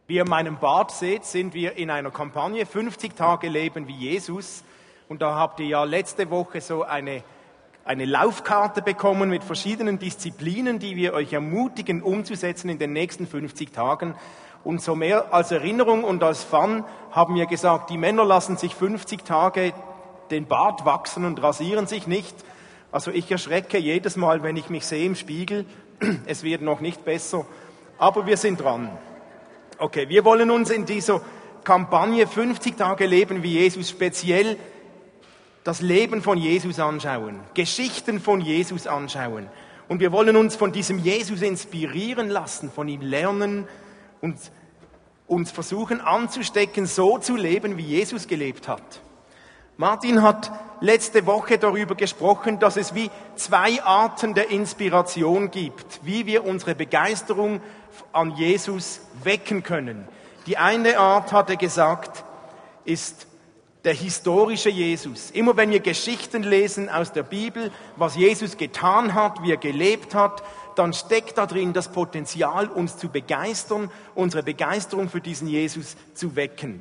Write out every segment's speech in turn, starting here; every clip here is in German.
Wie ihr in meinem Bart seht, sind wir in einer Kampagne 50 Tage leben wie Jesus. Und da habt ihr ja letzte Woche so eine Laufkarte bekommen mit verschiedenen Disziplinen, die wir euch ermutigen, umzusetzen in den nächsten 50 Tagen. Und so mehr als Erinnerung und als Fun haben wir gesagt, die Männer lassen sich 50 Tage den Bart wachsen und rasieren sich nicht. Also ich erschrecke jedes Mal, wenn ich mich sehe im Spiegel. Es wird noch nicht besser, aber wir sind dran. Okay, wir wollen uns in dieser Kampagne 50 Tage leben wie Jesus speziell das Leben von Jesus anschauen, Geschichten von Jesus anschauen. Und wir wollen uns von diesem Jesus inspirieren lassen, von ihm lernen und uns versuchen anzustecken, so zu leben, wie Jesus gelebt hat. Martin hat letzte Woche darüber gesprochen, dass es wie zwei Arten der Inspiration gibt, wie wir unsere Begeisterung an Jesus wecken können. Die eine Art, hat er gesagt, ist der historische Jesus. Immer wenn wir Geschichten lesen aus der Bibel, was Jesus getan hat, wie er gelebt hat, dann steckt da drin das Potenzial, uns zu begeistern, unsere Begeisterung für diesen Jesus zu wecken.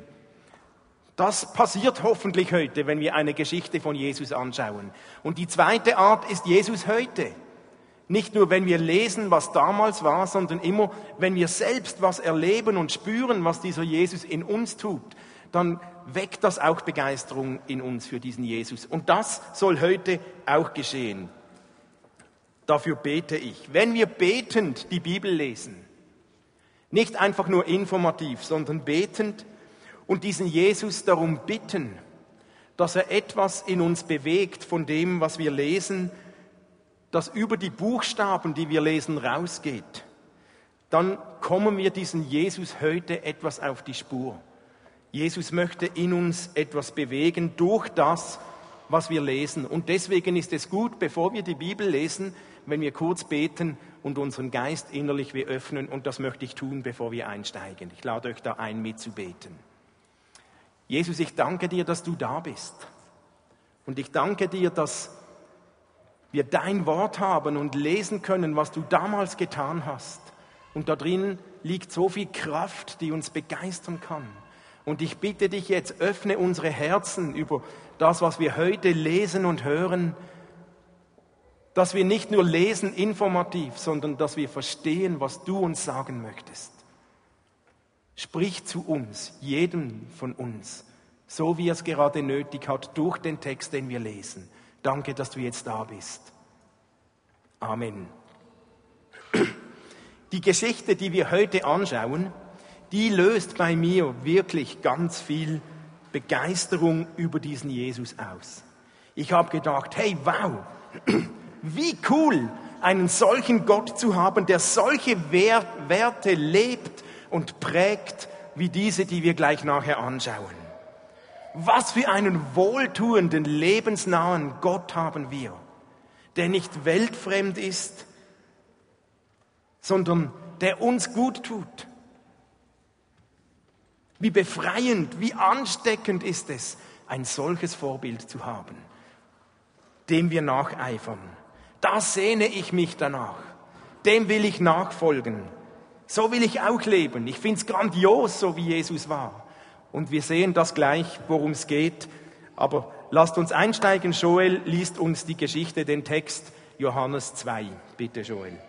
Das passiert hoffentlich heute, wenn wir eine Geschichte von Jesus anschauen. Und die zweite Art ist Jesus heute. Nicht nur, wenn wir lesen, was damals war, sondern immer, wenn wir selbst was erleben und spüren, was dieser Jesus in uns tut, dann weckt das auch Begeisterung in uns für diesen Jesus. Und das soll heute auch geschehen. Dafür bete ich. Wenn wir betend die Bibel lesen, nicht einfach nur informativ, sondern betend und diesen Jesus darum bitten, dass er etwas in uns bewegt von dem, was wir lesen, das über die Buchstaben, die wir lesen, rausgeht, dann kommen wir diesen Jesus heute etwas auf die Spur. Jesus möchte in uns etwas bewegen durch das, was wir lesen. Und deswegen ist es gut, bevor wir die Bibel lesen, wenn wir kurz beten und unseren Geist innerlich wir öffnen. Und das möchte ich tun, bevor wir einsteigen. Ich lade euch da ein, mitzubeten. Jesus, ich danke dir, dass du da bist. Und ich danke dir, dass wir dein Wort haben und lesen können, was du damals getan hast. Und da drin liegt so viel Kraft, die uns begeistern kann. Und ich bitte dich jetzt, öffne unsere Herzen über das, was wir heute lesen und hören, dass wir nicht nur lesen informativ, sondern dass wir verstehen, was du uns sagen möchtest. Sprich zu uns, jedem von uns, so wie er es gerade nötig hat, durch den Text, den wir lesen. Danke, dass du jetzt da bist. Amen. Die Geschichte, die wir heute anschauen, die löst bei mir wirklich ganz viel Begeisterung über diesen Jesus aus. Ich habe gedacht, hey, wow, wie cool, einen solchen Gott zu haben, der solche Werte lebt und prägt, wie diese, die wir gleich nachher anschauen. Was für einen wohltuenden, lebensnahen Gott haben wir, der nicht weltfremd ist, sondern der uns gut tut. Wie befreiend, wie ansteckend ist es, ein solches Vorbild zu haben, dem wir nacheifern. Da sehne ich mich danach, dem will ich nachfolgen. So will ich auch leben. Ich finde es grandios, so wie Jesus war. Und wir sehen das gleich, worum es geht. Aber lasst uns einsteigen. Joel liest uns die Geschichte, den Text Johannes 2. Bitte, Joel.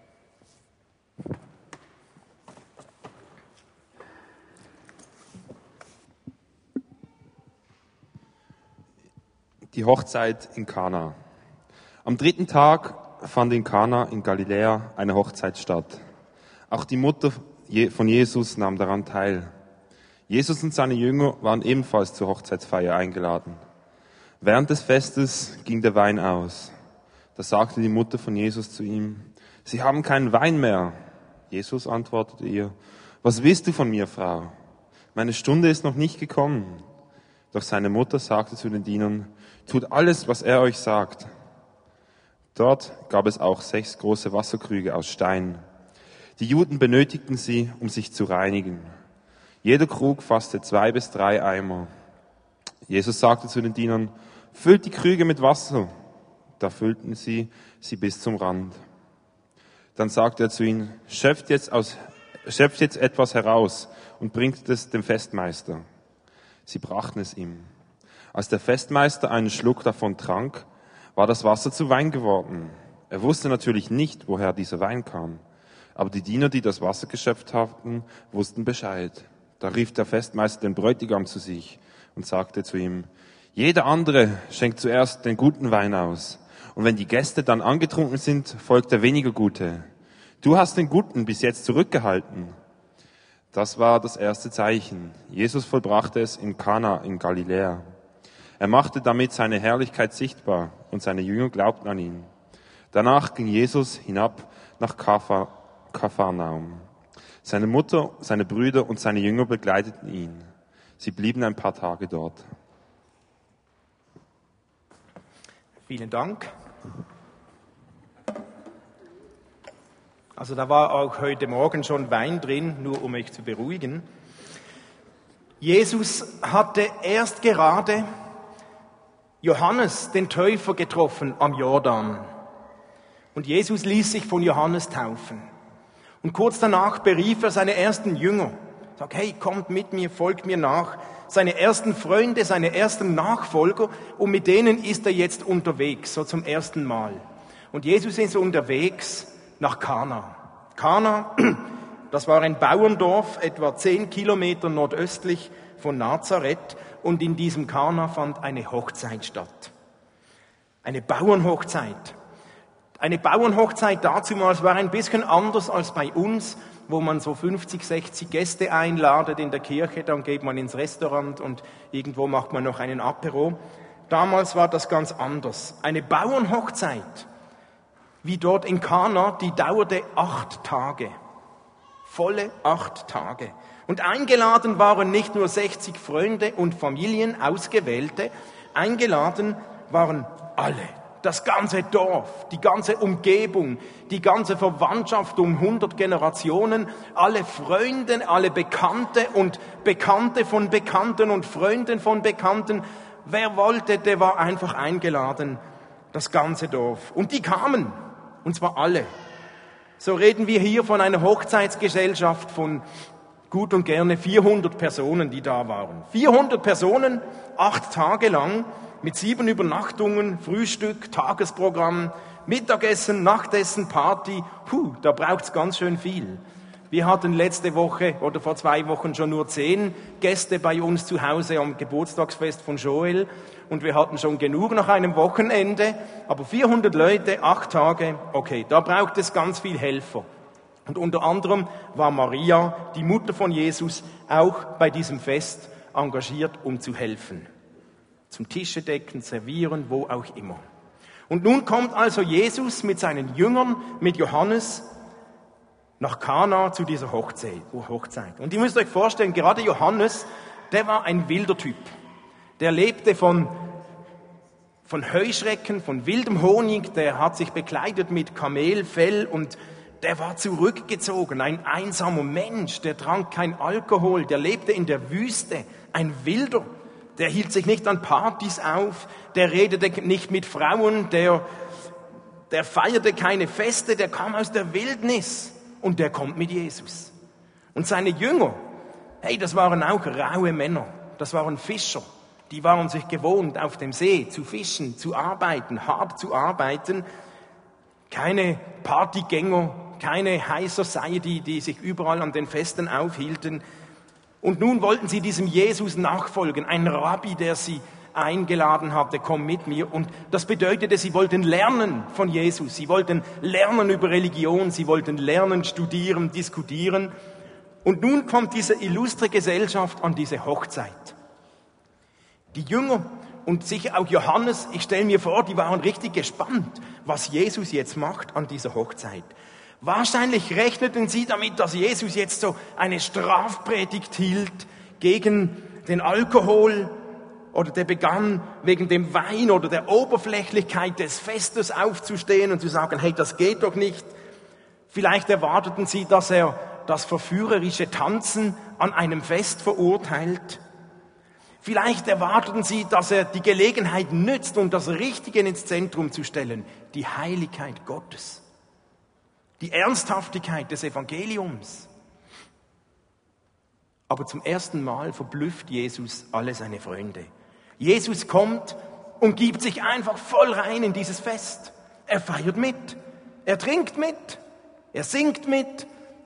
Die Hochzeit in Kana. Am 3. Tag fand in Kana in Galiläa eine Hochzeit statt. Auch die Mutter von Jesus nahm daran teil. Jesus und seine Jünger waren ebenfalls zur Hochzeitsfeier eingeladen. Während des Festes ging der Wein aus. Da sagte die Mutter von Jesus zu ihm: Sie haben keinen Wein mehr. Jesus antwortete ihr: Was willst du von mir, Frau? Meine Stunde ist noch nicht gekommen. Doch seine Mutter sagte zu den Dienern: Tut alles, was er euch sagt. Dort gab es auch 6 große Wasserkrüge aus Stein. Die Juden benötigten sie, um sich zu reinigen. Jeder Krug fasste 2 bis 3 Eimer. Jesus sagte zu den Dienern: Füllt die Krüge mit Wasser. Da füllten sie bis zum Rand. Dann sagte er zu ihnen: Schöpft jetzt etwas heraus und bringt es dem Festmeister. Sie brachten es ihm. Als der Festmeister einen Schluck davon trank, war das Wasser zu Wein geworden. Er wusste natürlich nicht, woher dieser Wein kam. Aber die Diener, die das Wasser geschöpft hatten, wussten Bescheid. Da rief der Festmeister den Bräutigam zu sich und sagte zu ihm: Jeder andere schenkt zuerst den guten Wein aus. Und wenn die Gäste dann angetrunken sind, folgt der weniger gute. Du hast den guten bis jetzt zurückgehalten. Das war das erste Zeichen. Jesus vollbrachte es in Kana in Galiläa. Er machte damit seine Herrlichkeit sichtbar und seine Jünger glaubten an ihn. Danach ging Jesus hinab nach Kapharnaum. Seine Mutter, seine Brüder und seine Jünger begleiteten ihn. Sie blieben ein paar Tage dort. Vielen Dank. Also da war auch heute Morgen schon Wein drin, nur um euch zu beruhigen. Jesus hatte erst gerade Johannes, den Täufer, getroffen am Jordan. Und Jesus ließ sich von Johannes taufen. Und kurz danach berief er seine ersten Jünger. Sagt, hey, kommt mit mir, folgt mir nach. Seine ersten Freunde, seine ersten Nachfolger. Und mit denen ist er jetzt unterwegs, so zum ersten Mal. Und Jesus ist unterwegs nach Kana. Kana, das war ein Bauerndorf, etwa 10 Kilometer nordöstlich von Nazareth. Und in diesem Kana fand eine Hochzeit statt. Eine Bauernhochzeit. Eine Bauernhochzeit dazumals war ein bisschen anders als bei uns, wo man so 50, 60 Gäste einladet in der Kirche, dann geht man ins Restaurant und irgendwo macht man noch einen Apero. Damals war das ganz anders. Eine Bauernhochzeit, wie dort in Kana, die dauerte 8 Tage. Volle 8 Tage. Und eingeladen waren nicht nur 60 Freunde und Familien, Ausgewählte, eingeladen waren alle. Das ganze Dorf, die ganze Umgebung, die ganze Verwandtschaft um 100 Generationen, alle Freunde, alle Bekannte und Bekannte von Bekannten und Freunden von Bekannten. Wer wollte, der war einfach eingeladen, das ganze Dorf. Und die kamen, und zwar alle. So reden wir hier von einer Hochzeitsgesellschaft von gut und gerne 400 Personen, die da waren. 400 Personen, 8 Tage lang, mit 7 Übernachtungen, Frühstück, Tagesprogramm, Mittagessen, Nachtessen, Party. Da braucht's ganz schön viel. Wir hatten letzte Woche oder vor 2 Wochen schon nur 10 Gäste bei uns zu Hause am Geburtstagsfest von Joel. Und wir hatten schon genug nach einem Wochenende. Aber 400 Leute, 8 Tage, okay, da braucht es ganz viel Helfer. Und unter anderem war Maria, die Mutter von Jesus, auch bei diesem Fest engagiert, um zu helfen. Zum Tische decken, servieren, wo auch immer. Und nun kommt also Jesus mit seinen Jüngern, mit Johannes, nach Kana zu dieser Hochzeit. Und ihr müsst euch vorstellen, gerade Johannes, der war ein wilder Typ. Der lebte von Heuschrecken, von wildem Honig, der hat sich bekleidet mit Kamelfell und der war zurückgezogen, ein einsamer Mensch, der trank kein Alkohol, der lebte in der Wüste, ein Wilder. Der hielt sich nicht an Partys auf, der redete nicht mit Frauen, der feierte keine Feste, der kam aus der Wildnis und der kommt mit Jesus. Und seine Jünger, hey, das waren auch raue Männer, das waren Fischer, die waren sich gewohnt, auf dem See zu fischen, zu arbeiten, hart zu arbeiten. Keine Partygänger, keine High Society, die sich überall an den Festen aufhielten. Und nun wollten sie diesem Jesus nachfolgen, ein Rabbi, der sie eingeladen hatte, komm mit mir. Und das bedeutete, sie wollten lernen von Jesus, sie wollten lernen über Religion, sie wollten lernen, studieren, diskutieren. Und nun kommt diese illustre Gesellschaft an diese Hochzeit. Die Jünger und sicher auch Johannes, ich stelle mir vor, die waren richtig gespannt, was Jesus jetzt macht an dieser Hochzeit. Wahrscheinlich rechneten sie damit, dass Jesus jetzt so eine Strafpredigt hielt gegen den Alkohol oder der begann wegen dem Wein oder der Oberflächlichkeit des Festes aufzustehen und zu sagen, hey, das geht doch nicht. Vielleicht erwarteten sie, dass er das verführerische Tanzen an einem Fest verurteilt. Vielleicht erwarteten sie, dass er die Gelegenheit nützt, um das Richtige ins Zentrum zu stellen, die Heiligkeit Gottes. Die Ernsthaftigkeit des Evangeliums. Aber zum ersten Mal verblüfft Jesus alle seine Freunde. Jesus kommt und gibt sich einfach voll rein in dieses Fest. Er feiert mit, er trinkt mit, er singt mit,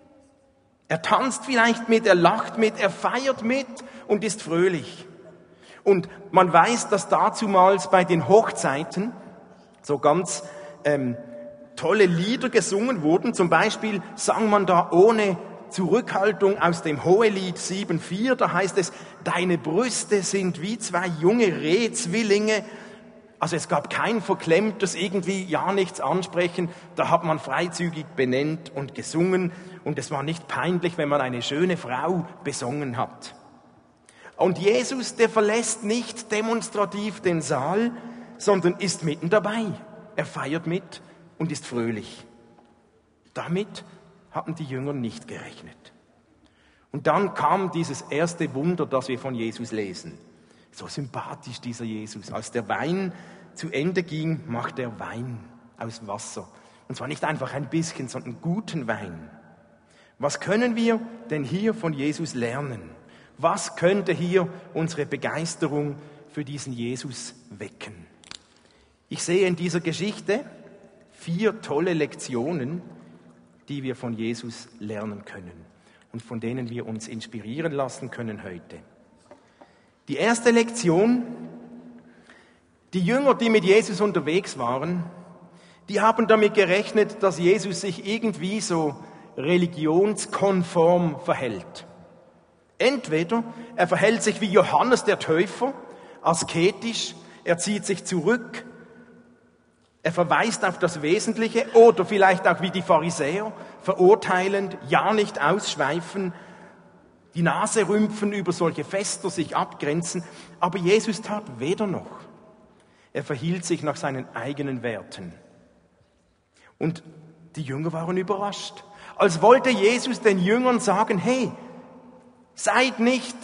er tanzt vielleicht mit, er lacht mit, er feiert mit und ist fröhlich. Und man weiß, dass dazumals bei den Hochzeiten so ganz tolle Lieder gesungen wurden. Zum Beispiel sang man da ohne Zurückhaltung aus dem Hohelied 7,4. Da heißt es, deine Brüste sind wie zwei junge Rehzwillinge. Also es gab kein verklemmtes, irgendwie ja nichts ansprechen. Da hat man freizügig benennt und gesungen. Und es war nicht peinlich, wenn man eine schöne Frau besungen hat. Und Jesus, der verlässt nicht demonstrativ den Saal, sondern ist mitten dabei. Er feiert mit und ist fröhlich. Damit hatten die Jünger nicht gerechnet. Und dann kam dieses erste Wunder, das wir von Jesus lesen. So sympathisch dieser Jesus. Als der Wein zu Ende ging, macht er Wein aus Wasser. Und zwar nicht einfach ein bisschen, sondern guten Wein. Was können wir denn hier von Jesus lernen? Was könnte hier unsere Begeisterung für diesen Jesus wecken? Ich sehe in dieser Geschichte 4 tolle Lektionen, die wir von Jesus lernen können und von denen wir uns inspirieren lassen können heute. Die erste Lektion: Die Jünger, die mit Jesus unterwegs waren, die haben damit gerechnet, dass Jesus sich irgendwie so religionskonform verhält. Entweder er verhält sich wie Johannes der Täufer, asketisch, er zieht sich zurück, er verweist auf das Wesentliche, oder vielleicht auch wie die Pharisäer, verurteilend, ja nicht ausschweifen, die Nase rümpfen über solche Fester, sich abgrenzen. Aber Jesus tat weder noch. Er verhielt sich nach seinen eigenen Werten. Und die Jünger waren überrascht. Als wollte Jesus den Jüngern sagen, hey, seid nicht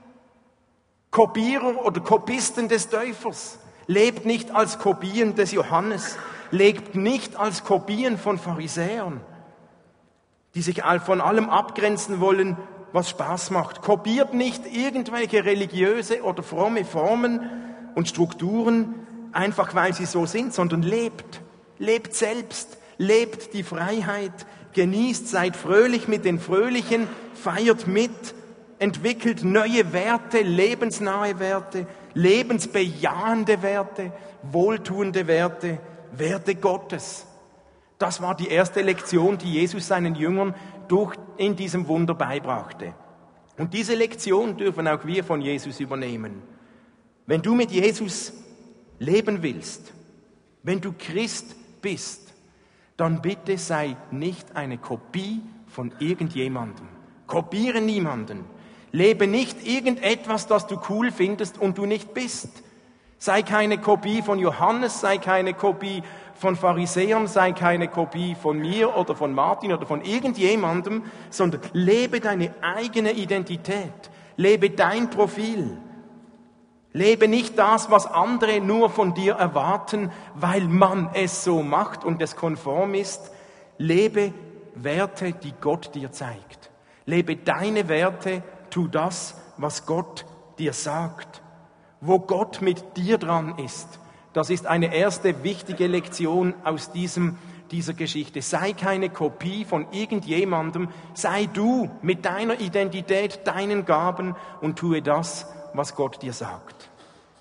Kopierer oder Kopisten des Täufers. Lebt nicht als Kopien des Johannes. Lebt nicht als Kopien von Pharisäern, die sich von allem abgrenzen wollen, was Spaß macht. Kopiert nicht irgendwelche religiöse oder fromme Formen und Strukturen, einfach weil sie so sind, sondern lebt. Lebt selbst. Lebt die Freiheit. Genießt, seid fröhlich mit den Fröhlichen. Feiert mit. Entwickelt neue Werte, lebensnahe Werte, lebensbejahende Werte, wohltuende Werte, Werte Gottes. Das war die erste Lektion, die Jesus seinen Jüngern in diesem Wunder beibrachte. Und diese Lektion dürfen auch wir von Jesus übernehmen. Wenn du mit Jesus leben willst, wenn du Christ bist, dann bitte sei nicht eine Kopie von irgendjemandem. Kopiere niemanden. Lebe nicht irgendetwas, das du cool findest und du nicht bist. Sei keine Kopie von Johannes, sei keine Kopie von Pharisäern, sei keine Kopie von mir oder von Martin oder von irgendjemandem, sondern lebe deine eigene Identität. Lebe dein Profil. Lebe nicht das, was andere nur von dir erwarten, weil man es so macht und es konform ist. Lebe Werte, die Gott dir zeigt. Lebe deine Werte, tu das, was Gott dir sagt. Wo Gott mit dir dran ist, das ist eine erste wichtige Lektion aus dieser Geschichte. Sei keine Kopie von irgendjemandem, sei du mit deiner Identität, deinen Gaben und tue das, was Gott dir sagt.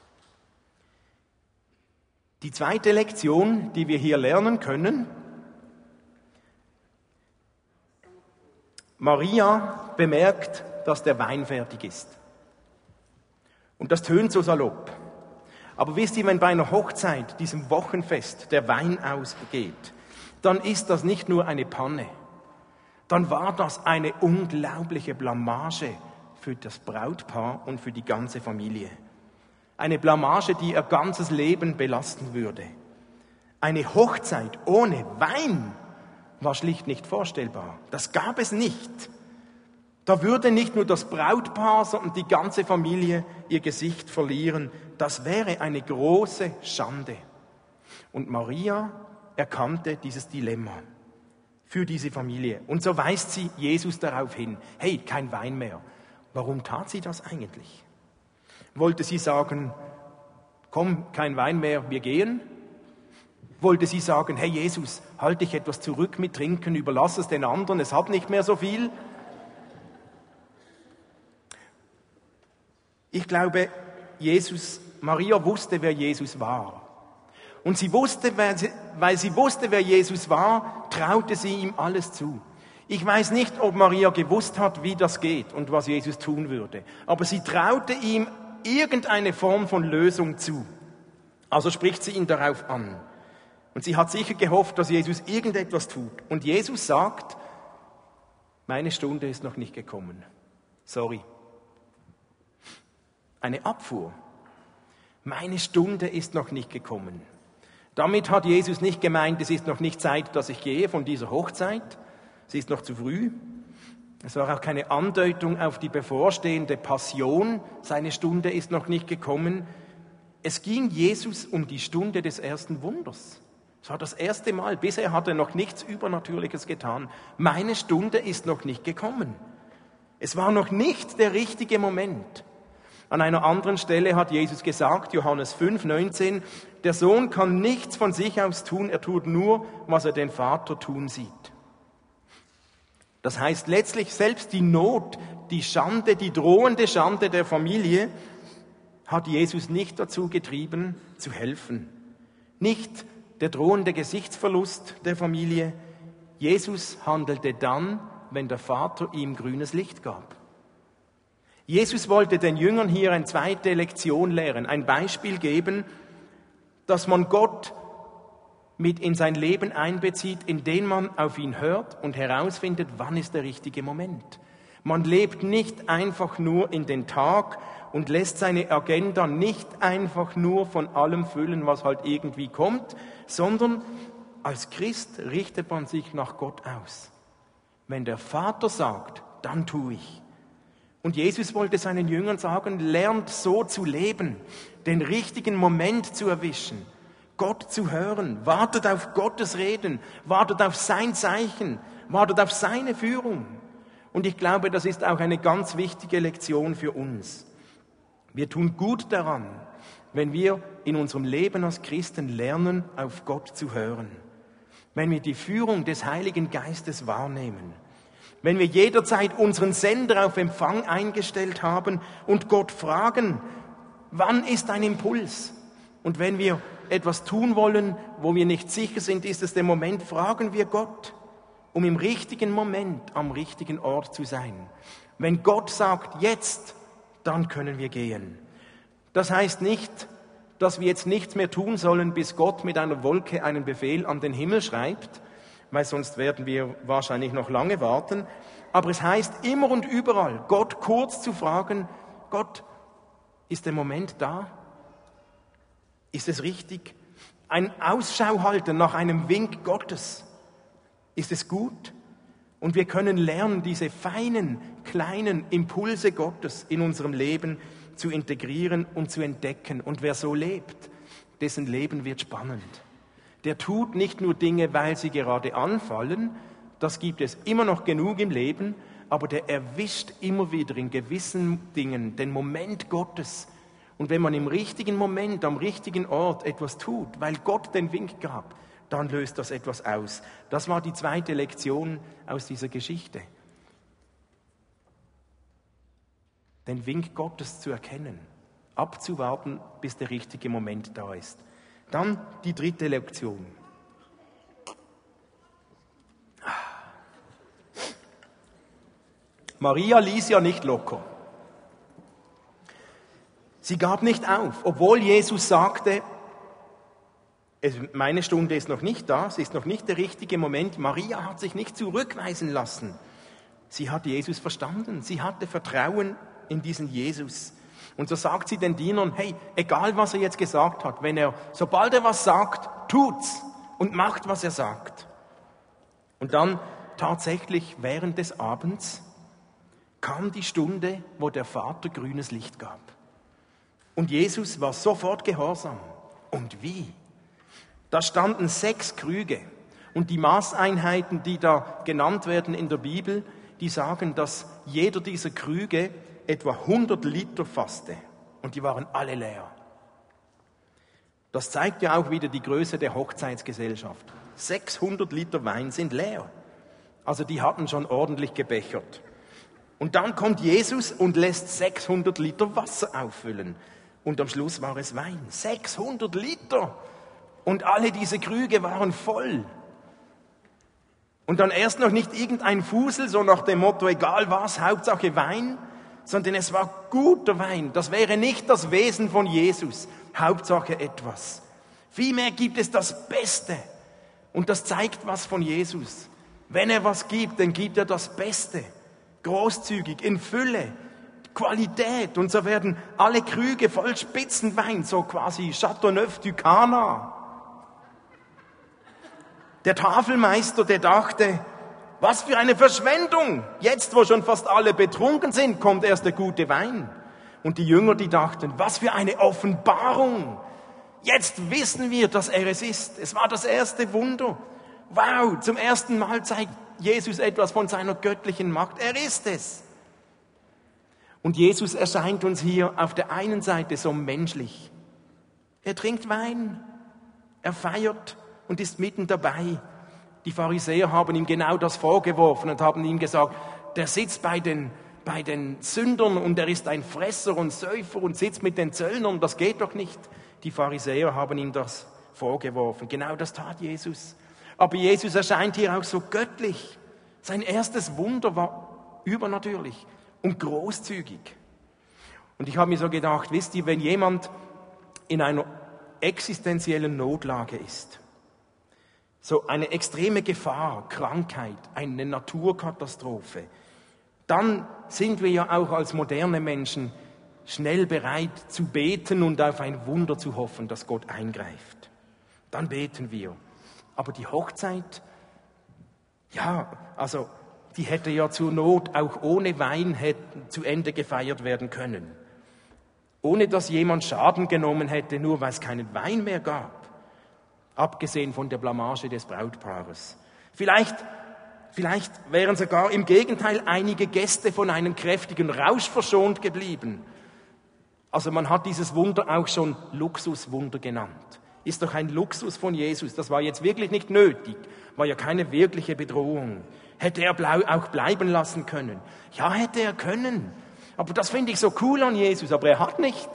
Die zweite Lektion, die wir hier lernen können: Maria bemerkt, dass der Wein fertig ist. Und das tönt so salopp. Aber wisst ihr, wenn bei einer Hochzeit, diesem Wochenfest, der Wein ausgeht, dann ist das nicht nur eine Panne. Dann war das eine unglaubliche Blamage für das Brautpaar und für die ganze Familie. Eine Blamage, die ihr ganzes Leben belasten würde. Eine Hochzeit ohne Wein war schlicht nicht vorstellbar. Das gab es nicht. Da würde nicht nur das Brautpaar, sondern die ganze Familie ihr Gesicht verlieren. Das wäre eine große Schande. Und Maria erkannte dieses Dilemma für diese Familie. Und so weist sie Jesus darauf hin: Hey, kein Wein mehr. Warum tat sie das eigentlich? Wollte sie sagen, komm, kein Wein mehr, wir gehen? Wollte sie sagen, hey Jesus, halt dich etwas zurück mit Trinken, überlass es den anderen, es hat nicht mehr so viel? Ich glaube, Maria wusste, wer Jesus war. Und sie wusste, weil sie wusste, wer Jesus war, traute sie ihm alles zu. Ich weiß nicht, ob Maria gewusst hat, wie das geht und was Jesus tun würde. Aber sie traute ihm irgendeine Form von Lösung zu. Also spricht sie ihn darauf an. Und sie hat sicher gehofft, dass Jesus irgendetwas tut. Und Jesus sagt, meine Stunde ist noch nicht gekommen. Sorry. Eine Abfuhr. Meine Stunde ist noch nicht gekommen. Damit hat Jesus nicht gemeint, es ist noch nicht Zeit, dass ich gehe von dieser Hochzeit. Es ist noch zu früh. Es war auch keine Andeutung auf die bevorstehende Passion. Seine Stunde ist noch nicht gekommen. Es ging Jesus um die Stunde des ersten Wunders. Es war das erste Mal. Bisher hat er noch nichts Übernatürliches getan. Meine Stunde ist noch nicht gekommen. Es war noch nicht der richtige Moment. An einer anderen Stelle hat Jesus gesagt, Johannes 5,19, der Sohn kann nichts von sich aus tun, er tut nur, was er den Vater tun sieht. Das heißt letztlich selbst die Not, die Schande, die drohende Schande der Familie hat Jesus nicht dazu getrieben, zu helfen. Nicht der drohende Gesichtsverlust der Familie. Jesus handelte dann, wenn der Vater ihm grünes Licht gab. Jesus wollte den Jüngern hier eine zweite Lektion lehren, ein Beispiel geben, dass man Gott mit in sein Leben einbezieht, indem man auf ihn hört und herausfindet, wann ist der richtige Moment. Man lebt nicht einfach nur in den Tag und lässt seine Agenda nicht einfach nur von allem füllen, was halt irgendwie kommt, sondern als Christ richtet man sich nach Gott aus. Wenn der Vater sagt, dann tue ich. Und Jesus wollte seinen Jüngern sagen, lernt so zu leben, den richtigen Moment zu erwischen, Gott zu hören, wartet auf Gottes Reden, wartet auf sein Zeichen, wartet auf seine Führung. Und ich glaube, das ist auch eine ganz wichtige Lektion für uns. Wir tun gut daran, wenn wir in unserem Leben als Christen lernen, auf Gott zu hören. Wenn wir die Führung des Heiligen Geistes wahrnehmen. Wenn wir jederzeit unseren Sender auf Empfang eingestellt haben und Gott fragen, wann ist ein Impuls? Und wenn wir etwas tun wollen, wo wir nicht sicher sind, ist es der Moment, fragen wir Gott, um im richtigen Moment am richtigen Ort zu sein. Wenn Gott sagt, jetzt, dann können wir gehen. Das heißt nicht, dass wir jetzt nichts mehr tun sollen, bis Gott mit einer Wolke einen Befehl an den Himmel schreibt, weil sonst werden wir wahrscheinlich noch lange warten. Aber es heißt immer und überall, Gott kurz zu fragen, Gott, ist der Moment da? Ist es richtig? Ein Ausschau halten nach einem Wink Gottes. Ist es gut? Und wir können lernen, diese feinen, kleinen Impulse Gottes in unserem Leben zu integrieren und zu entdecken. Und wer so lebt, dessen Leben wird spannend. Der tut nicht nur Dinge, weil sie gerade anfallen, das gibt es immer noch genug im Leben, aber der erwischt immer wieder in gewissen Dingen den Moment Gottes. Und wenn man im richtigen Moment, am richtigen Ort etwas tut, weil Gott den Wink gab, dann löst das etwas aus. Das war die zweite Lektion aus dieser Geschichte. Den Wink Gottes zu erkennen, abzuwarten, bis der richtige Moment da ist. Dann die dritte Lektion. Maria ließ ja nicht locker. Sie gab nicht auf, obwohl Jesus sagte, meine Stunde ist noch nicht da, es ist noch nicht der richtige Moment. Maria hat sich nicht zurückweisen lassen. Sie hat Jesus verstanden, sie hatte Vertrauen in diesen Jesus. Und so sagt sie den Dienern, hey, egal was er jetzt gesagt hat, sobald er was sagt, tut's und macht, was er sagt. Und dann tatsächlich während des Abends kam die Stunde, wo der Vater grünes Licht gab. Und Jesus war sofort gehorsam. Und wie? Da standen 6 Krüge. Und die Maßeinheiten, die da genannt werden in der Bibel, die sagen, dass jeder dieser Krüge etwa 100 Liter fasste und die waren alle leer. Das zeigt ja auch wieder die Größe der Hochzeitsgesellschaft. 600 Liter Wein sind leer. Also die hatten schon ordentlich gebechert. Und dann kommt Jesus und lässt 600 Liter Wasser auffüllen. Und am Schluss war es Wein. 600 Liter! Und alle diese Krüge waren voll. Und dann erst noch nicht irgendein Fusel, so nach dem Motto, egal was, Hauptsache Wein, sondern es war guter Wein. Das wäre nicht das Wesen von Jesus. Hauptsache etwas. Vielmehr gibt es das Beste. Und das zeigt was von Jesus. Wenn er was gibt, dann gibt er das Beste. Großzügig, in Fülle, Qualität. Und so werden alle Krüge voll Spitzenwein, so quasi Châteauneuf du Cana. Der Tafelmeister, der dachte, was für eine Verschwendung. Jetzt, wo schon fast alle betrunken sind, kommt erst der gute Wein. Und die Jünger, die dachten, was für eine Offenbarung. Jetzt wissen wir, dass er es ist. Es war das erste Wunder. Wow, zum ersten Mal zeigt Jesus etwas von seiner göttlichen Macht. Er ist es. Und Jesus erscheint uns hier auf der einen Seite so menschlich. Er trinkt Wein, er feiert und ist mitten dabei. Die Pharisäer haben ihm genau das vorgeworfen und haben ihm gesagt, der sitzt bei den Sündern und er ist ein Fresser und Säufer und sitzt mit den Zöllnern. Das geht doch nicht. Die Pharisäer haben ihm das vorgeworfen. Genau das tat Jesus. Aber Jesus erscheint hier auch so göttlich. Sein erstes Wunder war übernatürlich und großzügig. Und ich habe mir so gedacht, wisst ihr, wenn jemand in einer existenziellen Notlage ist, so eine extreme Gefahr, Krankheit, eine Naturkatastrophe, dann sind wir ja auch als moderne Menschen schnell bereit zu beten und auf ein Wunder zu hoffen, dass Gott eingreift. Dann beten wir. Aber die Hochzeit, ja, also die hätte ja zur Not auch ohne Wein zu Ende gefeiert werden können. Ohne dass jemand Schaden genommen hätte, nur weil es keinen Wein mehr gab. Abgesehen von der Blamage des Brautpaares. Vielleicht wären sogar im Gegenteil einige Gäste von einem kräftigen Rausch verschont geblieben. Also man hat dieses Wunder auch schon Luxuswunder genannt. Ist doch ein Luxus von Jesus. Das war jetzt wirklich nicht nötig. War ja keine wirkliche Bedrohung. Hätte er auch bleiben lassen können? Ja, hätte er können. Aber das finde ich so cool an Jesus. Aber er hat nicht.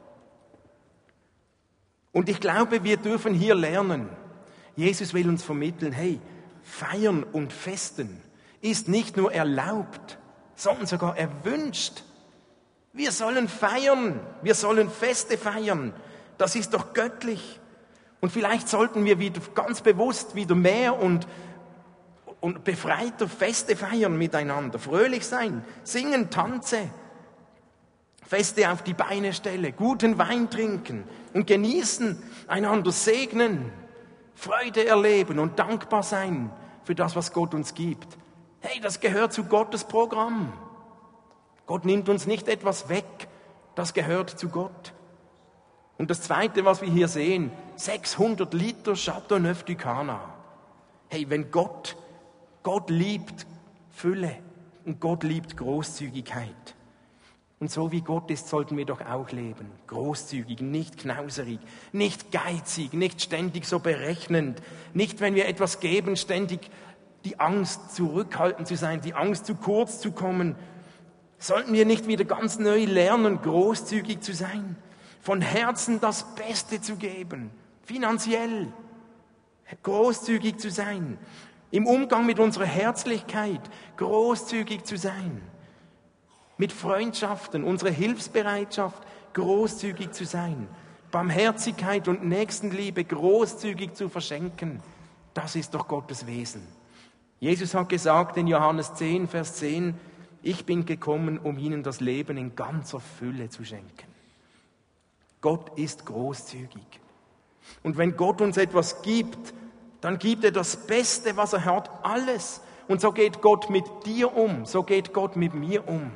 Und ich glaube, wir dürfen hier lernen. Jesus will uns vermitteln, hey, feiern und festen ist nicht nur erlaubt, sondern sogar erwünscht. Wir sollen feiern. Wir sollen Feste feiern. Das ist doch göttlich. Und vielleicht sollten wir wieder ganz bewusst wieder mehr und befreiter Feste feiern miteinander. Fröhlich sein, singen, tanzen, Feste auf die Beine stellen, guten Wein trinken und genießen, einander segnen, Freude erleben und dankbar sein für das, was Gott uns gibt. Hey, das gehört zu Gottes Programm. Gott nimmt uns nicht etwas weg, das gehört zu Gott. Und das Zweite, was wir hier sehen, 600 Liter Châteauneuf du Cana. Hey, wenn Gott liebt Fülle und Gott liebt Großzügigkeit. Und so wie Gott ist, sollten wir doch auch leben. Großzügig, nicht knauserig, nicht geizig, nicht ständig so berechnend. Nicht, wenn wir etwas geben, ständig die Angst, zurückhaltend zu sein, die Angst, zu kurz zu kommen. Sollten wir nicht wieder ganz neu lernen, großzügig zu sein? Von Herzen das Beste zu geben, finanziell, großzügig zu sein, im Umgang mit unserer Herzlichkeit, großzügig zu sein, mit Freundschaften, unserer Hilfsbereitschaft, großzügig zu sein, Barmherzigkeit und Nächstenliebe großzügig zu verschenken. Das ist doch Gottes Wesen. Jesus hat gesagt in Johannes 10, Vers 10, ich bin gekommen, um ihnen das Leben in ganzer Fülle zu schenken. Gott ist großzügig. Und wenn Gott uns etwas gibt, dann gibt er das Beste, was er hat, alles. Und so geht Gott mit dir um, so geht Gott mit mir um.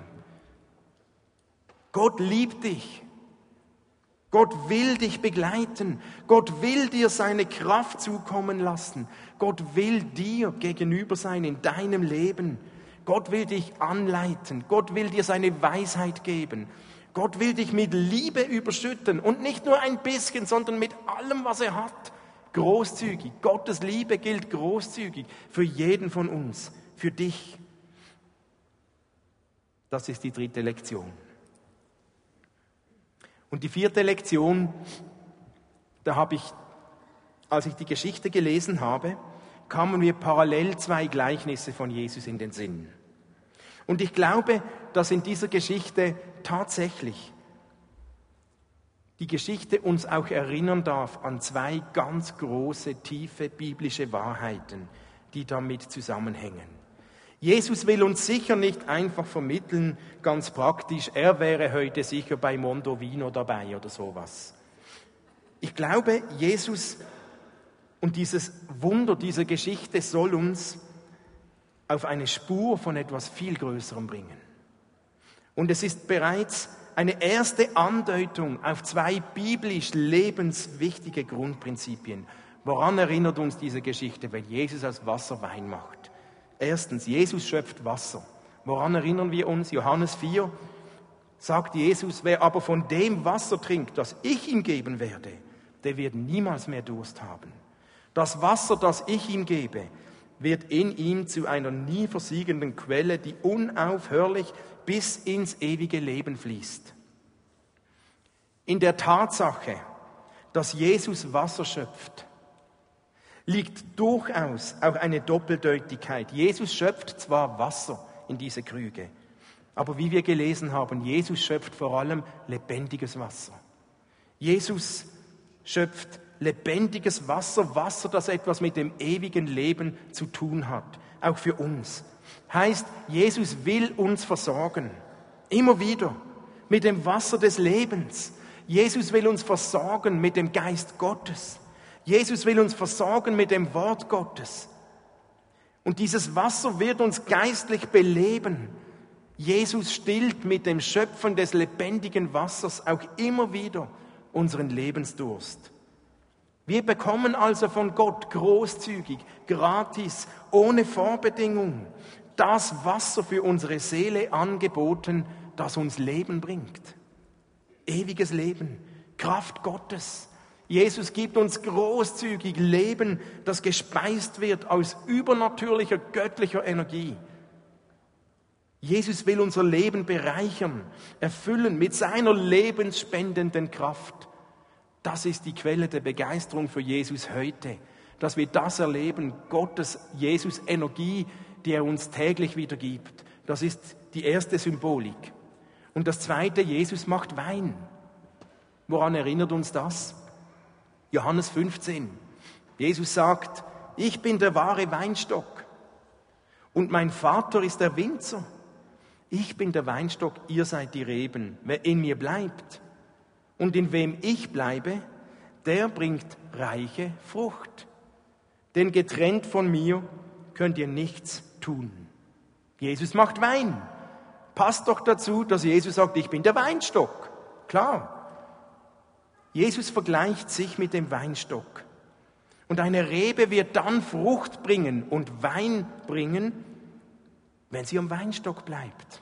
Gott liebt dich. Gott will dich begleiten. Gott will dir seine Kraft zukommen lassen. Gott will dir gegenüber sein in deinem Leben. Gott will dich anleiten. Gott will dir seine Weisheit geben. Gott will dich mit Liebe überschütten und nicht nur ein bisschen, sondern mit allem, was er hat. Großzügig. Gottes Liebe gilt großzügig für jeden von uns, für dich. Das ist die 3. Lektion. Und die 4. Lektion, da habe ich, als ich die Geschichte gelesen habe, kamen mir parallel 2 Gleichnisse von Jesus in den Sinn. Und ich glaube, dass in dieser Geschichte tatsächlich die Geschichte uns auch erinnern darf an 2 ganz große, tiefe biblische Wahrheiten, die damit zusammenhängen. Jesus will uns sicher nicht einfach vermitteln, ganz praktisch, er wäre heute sicher bei Mondovino dabei oder sowas. Ich glaube, Jesus und dieses Wunder, diese Geschichte soll uns auf eine Spur von etwas viel Größerem bringen. Und es ist bereits eine erste Andeutung auf 2 biblisch lebenswichtige Grundprinzipien. Woran erinnert uns diese Geschichte, wenn Jesus aus Wasser Wein macht? Erstens, Jesus schöpft Wasser. Woran erinnern wir uns? Johannes 4 sagt Jesus, wer aber von dem Wasser trinkt, das ich ihm geben werde, der wird niemals mehr Durst haben. Das Wasser, das ich ihm gebe, wird in ihm zu einer nie versiegenden Quelle, die unaufhörlich bis ins ewige Leben fließt. In der Tatsache, dass Jesus Wasser schöpft, liegt durchaus auch eine Doppeldeutigkeit. Jesus schöpft zwar Wasser in diese Krüge, aber wie wir gelesen haben, Jesus schöpft vor allem lebendiges Wasser. Jesus schöpft lebendiges Wasser, Wasser, das etwas mit dem ewigen Leben zu tun hat, auch für uns. Heißt, Jesus will uns versorgen, immer wieder, mit dem Wasser des Lebens. Jesus will uns versorgen mit dem Geist Gottes. Jesus will uns versorgen mit dem Wort Gottes. Und dieses Wasser wird uns geistlich beleben. Jesus stillt mit dem Schöpfen des lebendigen Wassers auch immer wieder unseren Lebensdurst. Wir bekommen also von Gott großzügig, gratis, ohne Vorbedingung, das Wasser für unsere Seele angeboten, das uns Leben bringt. Ewiges Leben, Kraft Gottes. Jesus gibt uns großzügig Leben, das gespeist wird aus übernatürlicher, göttlicher Energie. Jesus will unser Leben bereichern, erfüllen mit seiner lebensspendenden Kraft. Das ist die Quelle der Begeisterung für Jesus heute, dass wir das erleben, Gottes, Jesus Energie, die er uns täglich wieder gibt. Das ist die erste Symbolik. Und das zweite, Jesus macht Wein. Woran erinnert uns das? Johannes 15. Jesus sagt, ich bin der wahre Weinstock und mein Vater ist der Winzer. Ich bin der Weinstock, ihr seid die Reben. Wer in mir bleibt und in wem ich bleibe, der bringt reiche Frucht. Denn getrennt von mir könnt ihr nichts tun. Jesus macht Wein. Passt doch dazu, dass Jesus sagt, ich bin der Weinstock. Klar. Jesus vergleicht sich mit dem Weinstock. Und eine Rebe wird dann Frucht bringen und Wein bringen, wenn sie am Weinstock bleibt.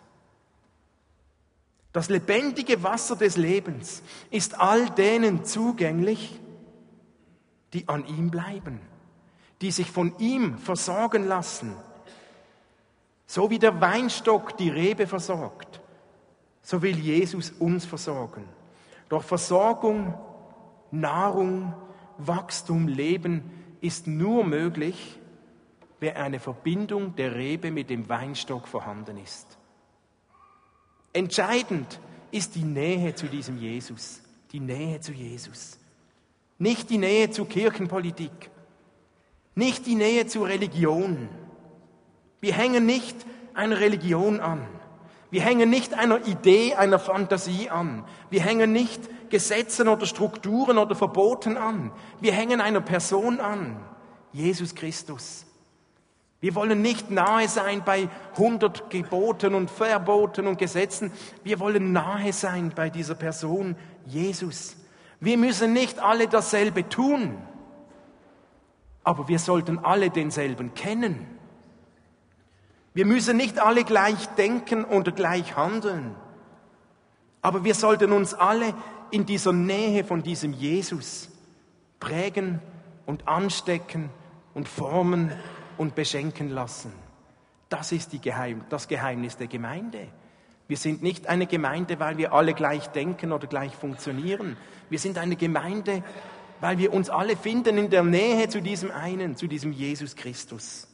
Das lebendige Wasser des Lebens ist all denen zugänglich, die an ihm bleiben, die sich von ihm versorgen lassen. So wie der Weinstock die Rebe versorgt, so will Jesus uns versorgen. Doch Versorgung, Nahrung, Wachstum, Leben ist nur möglich, wenn eine Verbindung der Rebe mit dem Weinstock vorhanden ist. Entscheidend ist die Nähe zu diesem Jesus, die Nähe zu Jesus. Nicht die Nähe zu Kirchenpolitik, nicht die Nähe zu Religion. Wir hängen nicht einer Religion an. Wir hängen nicht einer Idee, einer Fantasie an. Wir hängen nicht Gesetzen oder Strukturen oder Verboten an. Wir hängen einer Person an, Jesus Christus. Wir wollen nicht nahe sein bei 100 Geboten und Verboten und Gesetzen. Wir wollen nahe sein bei dieser Person, Jesus. Wir müssen nicht alle dasselbe tun, aber wir sollten alle denselben kennen. Wir müssen nicht alle gleich denken oder gleich handeln. Aber wir sollten uns alle in dieser Nähe von diesem Jesus prägen und anstecken und formen und beschenken lassen. Das ist das Geheimnis der Gemeinde. Wir sind nicht eine Gemeinde, weil wir alle gleich denken oder gleich funktionieren. Wir sind eine Gemeinde, weil wir uns alle finden in der Nähe zu diesem einen, zu diesem Jesus Christus.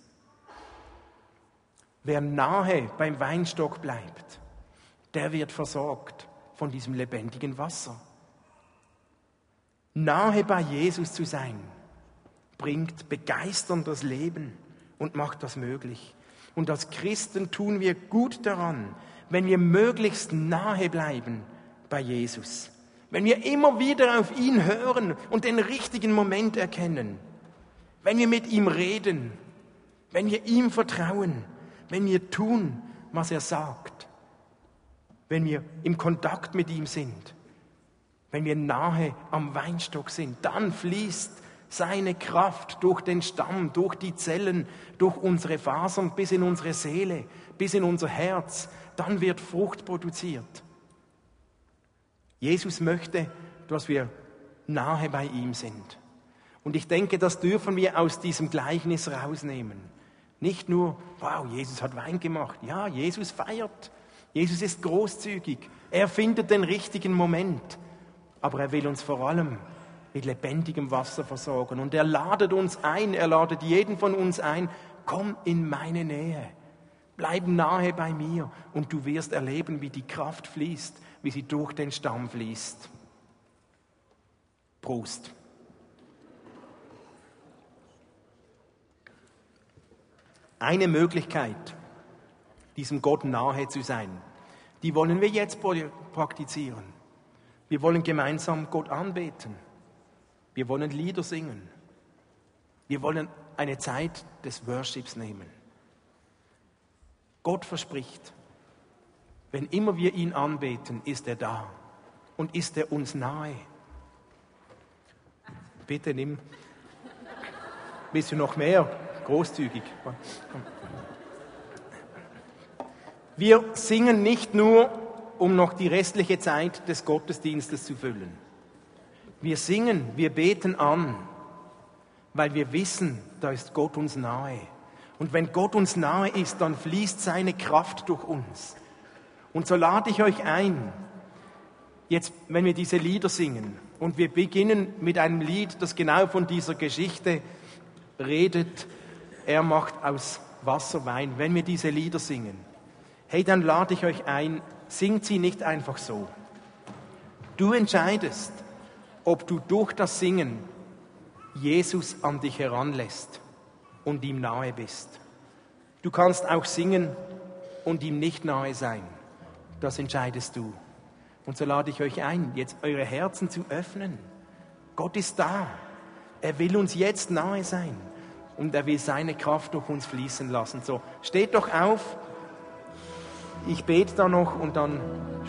Wer nahe beim Weinstock bleibt, der wird versorgt von diesem lebendigen Wasser. Nahe bei Jesus zu sein, bringt begeisterndes Leben und macht das möglich. Und als Christen tun wir gut daran, wenn wir möglichst nahe bleiben bei Jesus. Wenn wir immer wieder auf ihn hören und den richtigen Moment erkennen. Wenn wir mit ihm reden. Wenn wir ihm vertrauen. Wenn wir tun, was er sagt. Wenn wir im Kontakt mit ihm sind. Wenn wir nahe am Weinstock sind, dann fließt seine Kraft durch den Stamm, durch die Zellen, durch unsere Fasern bis in unsere Seele, bis in unser Herz. Dann wird Frucht produziert. Jesus möchte, dass wir nahe bei ihm sind. Und ich denke, das dürfen wir aus diesem Gleichnis rausnehmen. Nicht nur, wow, Jesus hat Wein gemacht. Ja, Jesus feiert. Jesus ist großzügig. Er findet den richtigen Moment. Aber er will uns vor allem mit lebendigem Wasser versorgen. Und er ladet uns ein, er ladet jeden von uns ein, komm in meine Nähe. Bleib nahe bei mir und du wirst erleben, wie die Kraft fließt, wie sie durch den Stamm fließt. Prost. Eine Möglichkeit, diesem Gott nahe zu sein, die wollen wir jetzt praktizieren. Wir wollen gemeinsam Gott anbeten. Wir wollen Lieder singen. Wir wollen eine Zeit des Worships nehmen. Gott verspricht, wenn immer wir ihn anbeten, ist er da und ist er uns nahe. Bitte nimm. Willst du noch mehr? Großzügig. Wir singen nicht nur, um noch die restliche Zeit des Gottesdienstes zu füllen. Wir singen, wir beten an, weil wir wissen, da ist Gott uns nahe. Und wenn Gott uns nahe ist, dann fließt seine Kraft durch uns. Und so lade ich euch ein, jetzt, wenn wir diese Lieder singen, und wir beginnen mit einem Lied, das genau von dieser Geschichte redet, er macht aus Wasser Wein, wenn wir diese Lieder singen, hey, dann lade ich euch ein, singt sie nicht einfach so. Du entscheidest, ob du durch das Singen Jesus an dich heranlässt und ihm nahe bist. Du kannst auch singen und ihm nicht nahe sein. Das entscheidest du. Und so lade ich euch ein, jetzt eure Herzen zu öffnen. Gott ist da. Er will uns jetzt nahe sein. Und er will seine Kraft durch uns fließen lassen. So, steht doch auf. Ich bete da noch und dann...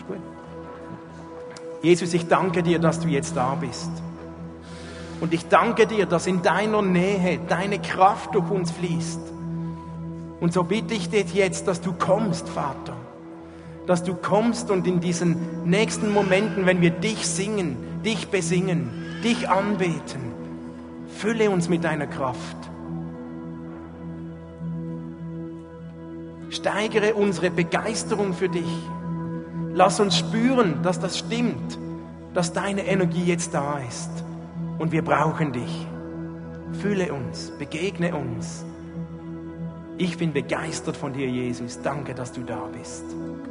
Jesus, ich danke dir, dass du jetzt da bist. Und ich danke dir, dass in deiner Nähe deine Kraft durch uns fließt. Und so bitte ich dich jetzt, dass du kommst, Vater. Dass du kommst und in diesen nächsten Momenten, wenn wir dich singen, dich besingen, dich anbeten, fülle uns mit deiner Kraft. Steigere unsere Begeisterung für dich. Lass uns spüren, dass das stimmt, dass deine Energie jetzt da ist. Und wir brauchen dich. Fülle uns, begegne uns. Ich bin begeistert von dir, Jesus. Danke, dass du da bist.